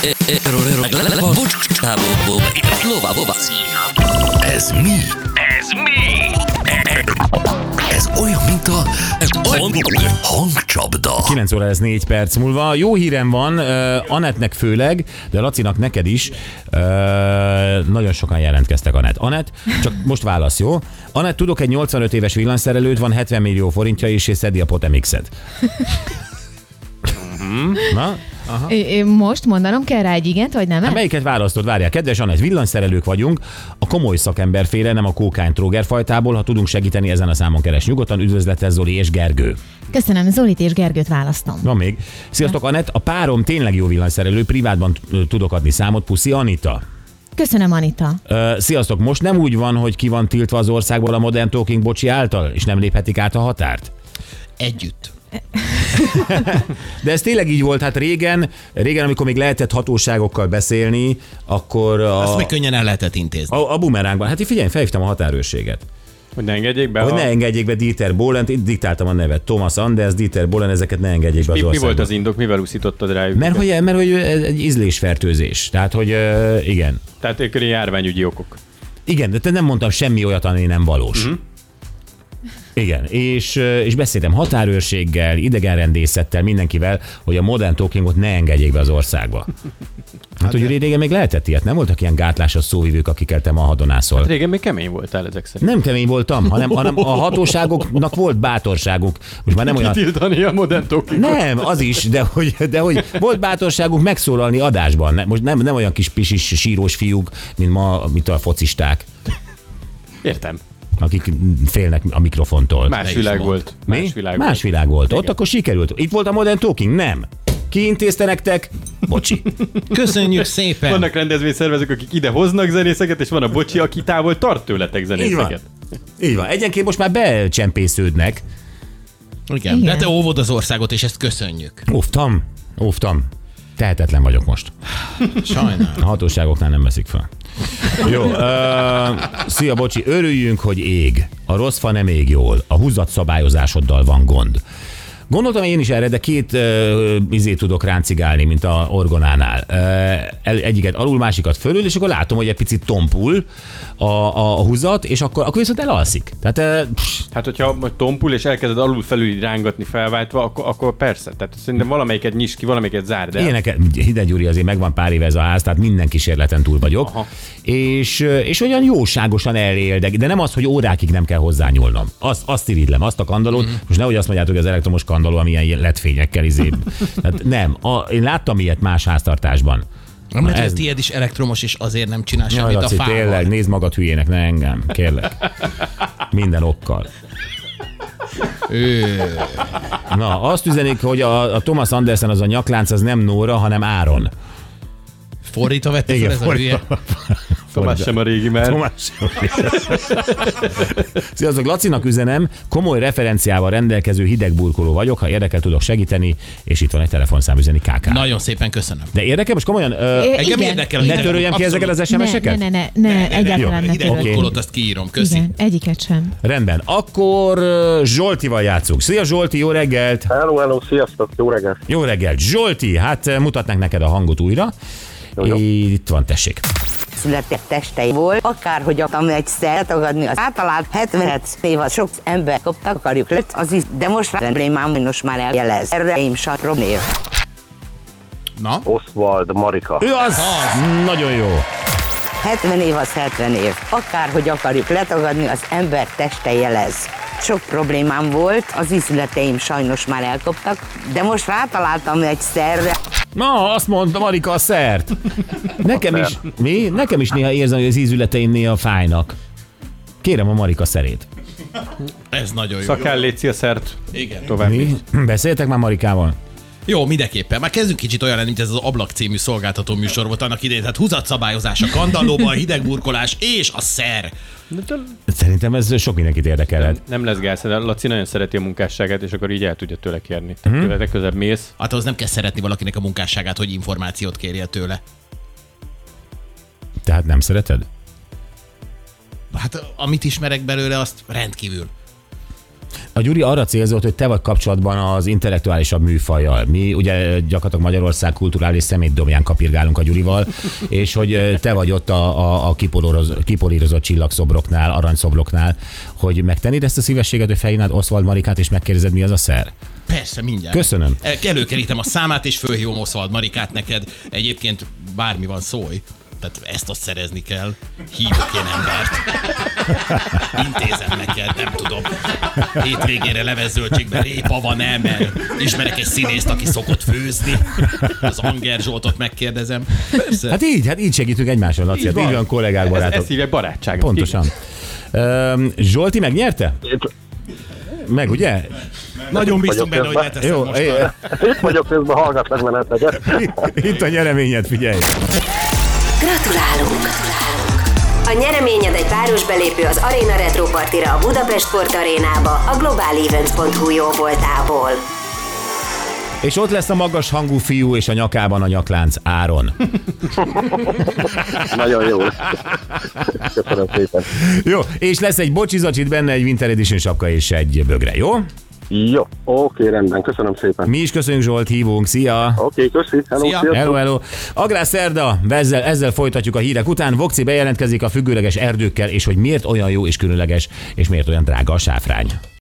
Ez mi? Ez olyan, mint a hangcsapda. 9 óra ez 4 perc múlva. Jó hírem van, Anettnek főleg, de Lacinak neked is. Nagyon sokan jelentkeztek, Anett. Anett, csak most válasz, jó? Anett, tudok egy 85 éves villanyszerelőt, van 70 millió forintja és szedi a Potemixet. Na? Aha. Most mondanom kell rá egy igent, vagy nem? Hát melyiket választod? Várjál, kedves Anett, villanyszerelők vagyunk, a komoly szakemberféle, nem a kókány tróger fajtából. Ha tudunk segíteni, ezen a számon keres nyugodtan. Üdvözletes Zoli és Gergő. Köszönöm, Zolit és Gergőt választom. Van még. Sziasztok, Anett, a párom tényleg jó villanyszerelő, privátban tudok adni számot. Puszi, Anita. Köszönöm, Anita. Sziasztok, most nem úgy van, hogy ki van tiltva az országból a Modern Talking bocsi által, és nem léphetik át a határt? Együtt. De ez tényleg így volt, hát régen, amikor még lehetett hatóságokkal beszélni, akkor azt még könnyen el lehetett intézni. A bumerángban. Hát figyelj, felhívtam a határőrséget. Hogy ne engedjék be? Ne engedjék be Dieter Bohlent, itt diktáltam a nevet. Thomas Anders, Dieter Bohlen, ezeket ne engedjék be az országba. Mi volt az indok, mivel úszítottad rájuk? Mert hogy egy ízlésfertőzés. Tehát, hogy igen. Tehát ők járványügyi okok. Igen, de te nem mondtam semmi olyat, ami nem valós. Uh-huh. Igen, és beszéltem határőrséggel, idegenrendészettel, mindenkivel, hogy a Modern Talkingot ne engedjék be az országba. Hát, hogy régen még lehetett ilyet, nem voltak ilyen gátlásos szóvivők, akikkel te ma hadonászol. Hát régen még kemény voltál ezek szerint. Nem kemény voltam, hanem a hatóságoknak volt bátorságuk. Most már nem olyan... Kitiltani a Modern Talkingot. Nem, az is, de hogy volt bátorságuk megszólalni adásban. Most nem olyan kis pisis sírós fiúk, mint a focisták. Értem. Akik félnek a mikrofontól. Más világ volt. Más világ volt. Ott akkor sikerült. Itt volt a Modern Talking? Nem. Ki intézte nektek? Bocsi. Köszönjük szépen. Vannak rendezvényszervezők, akik ide hoznak zenészeket, és van a Bocsi, aki távol tart tőletek zenészeket. Így van. Egyenként most már becsempésződnek. Igen. De te óvod az országot, és ezt köszönjük. Óvtam. Tehetetlen vagyok most. Sajnálom. A hatóságoknál nem veszik fel. Jó, szia Bocsi, örüljünk, hogy ég. A rossz fa nem ég jól. A húzatszabályozásoddal van gond. Gondoltam én is erre, de két izét tudok ráncigálni, mint a orgonánál. Egyiket alul, másikat fölül, és akkor látom, hogy egy picit tompul a húzat, és akkor viszont elalszik. Hát, hogyha tompul, és elkezded alul felül rángatni felváltva, akkor persze. Tehát szerintem valamelyiket nyis ki, valamelyiket zárd el. Éneket, Hideg Gyuri, azért megvan pár éve ez a ház, tehát minden kísérleten túl vagyok. Aha. És olyan jóságosan eléldek, de nem az, hogy órákig nem kell hozzányúlnom. Azt irigylem, azt a kandallót. Most nehogy azt mondjátok, hogy az elektromos kandalló, amilyen LED-fényekkel Tehát nem. Én láttam ilyet más háztartásban. Mert ez tiéd is elektromos, és azért nem csinál semmit a fával. Tényleg, nézd magad hülyének, ne engem, kérlek. Minden okkal. Na, azt üzenik, hogy a Thomas Andersen az a nyaklánc, az nem Nóra, hanem Áron. Fordítva vette fel ez a hülye? Tomás sem a régi már. Sziasztok, Lacinak üzenem, komoly referenciával rendelkező hidegburkoló vagyok, ha érdekel, tudok segíteni, és itt van egy telefonszám, üzeni KK. Nagyon szépen köszönöm. De érdekel, most komolyan? Engem érdekel. Ne töröljem ki ezeket az SMS-eket? Ne, egyáltalán ne töröljem. Hidegburkolót azt kiírom, köszi. Igen, egyiket sem. Rendben, akkor Zsoltival játszunk. Szia Zsolti, jó reggelt! Hello, sziasztok, jó reggelt! Jó reggelt, Zsolti, hát mutatnánk neked a hangot újra. Jó. Itt van, tessék. Született testei volt, akárhogy akartam egyszer tagadni az általát, 70 év sok ember koptak, akarjuk lett, az is, de most már problémám, most már eljelez. Erre én sem probléma. Na? Oswald Marika. Ő az! Nagyon jó. 70 év az 70 év. Akárhogy akarjuk letagadni, az ember teste jelez. Sok problémám volt, az ízleteim sajnos már elkoptak, de most rátaláltam egyszerre. Na, azt mondta Marika, a szert. Nekem is néha érzem, hogy az ízületeim néha fájnak. Kérem a Marika szerét. Ez nagyon jó. Szakál létszi a szert. Igen. Tovább. Beszéltek már Marikával? Jó, mindenképpen. Már kezdünk kicsit olyan lenni, mint ez az Ablak című szolgáltató műsor volt annak idején. Tehát húzatszabályozás, a kandallóba, a hidegburkolás és a szer. Szerintem ez sok mindenkit érdekelhet. Nem lesz gáz, de Laci nagyon szereti a munkásságát, és akkor így el tudja tőle kérni. Tehát tőle legközelebb mész. Hát ahhoz nem kell szeretni valakinek a munkásságát, hogy információt kérje tőle. Tehát nem szereted? Hát amit ismerek belőle, azt rendkívül. A Gyuri arra célzott, hogy te vagy kapcsolatban az intellektuálisabb műfajjal. Mi ugye gyakorlatilag Magyarország kulturális szemétdomján kapirgálunk a Gyurival, és hogy te vagy ott a kipolírozott csillagszobroknál, aranyszobroknál, hogy megtennéd ezt a szívességet, hogy felhívnád Oswald Marikát, és megkérdezed, mi az a szer? Persze, mindjárt. Köszönöm. Előkerítem a számát, és fölhívom Oswald Marikát neked. Egyébként bármi van, szólj. Tehát ezt azt szerezni kell. Hívok én embert. Intézem neked, nem tudom. Hétvégére levezöltségben répa van-e, mert ismerek egy színészt, aki szokott főzni. Az Anger Zsoltot megkérdezem. Persze. Hát így segítünk egymáson, Laci. Így van kollégák, barátok. Ez hívja barátság. Pontosan. Zsolti megnyerte? Meg, ugye? Nagyon bízunk benne, hogy leteszem Jó, most. Itt vagyok közben, hallgatlak menetleget. itt a nyereményed, figyelj! Gratulálunk! A nyereményed egy páros belépő az Arena Retro Partira a Budapest Sport Arénába a globalevents.hu jóvoltából. És ott lesz a magas hangú fiú és a nyakában a nyaklánc Áron. Nagyon jó. Köszönöm szépen. Jó, és lesz egy bocsizacsit benne, egy Winter Edition sapka és egy bögre, jó? Jó, oké, rendben. Köszönöm szépen. Mi is köszönjük, Zsolt, hívunk, szia! Oké, köszi. Hello, Szia. sziasztok. Hello. Agrár szerda, ezzel folytatjuk a hírek után. Vokci bejelentkezik a függőleges erdőkkel, és hogy miért olyan jó és különleges, és miért olyan drága a sáfrány.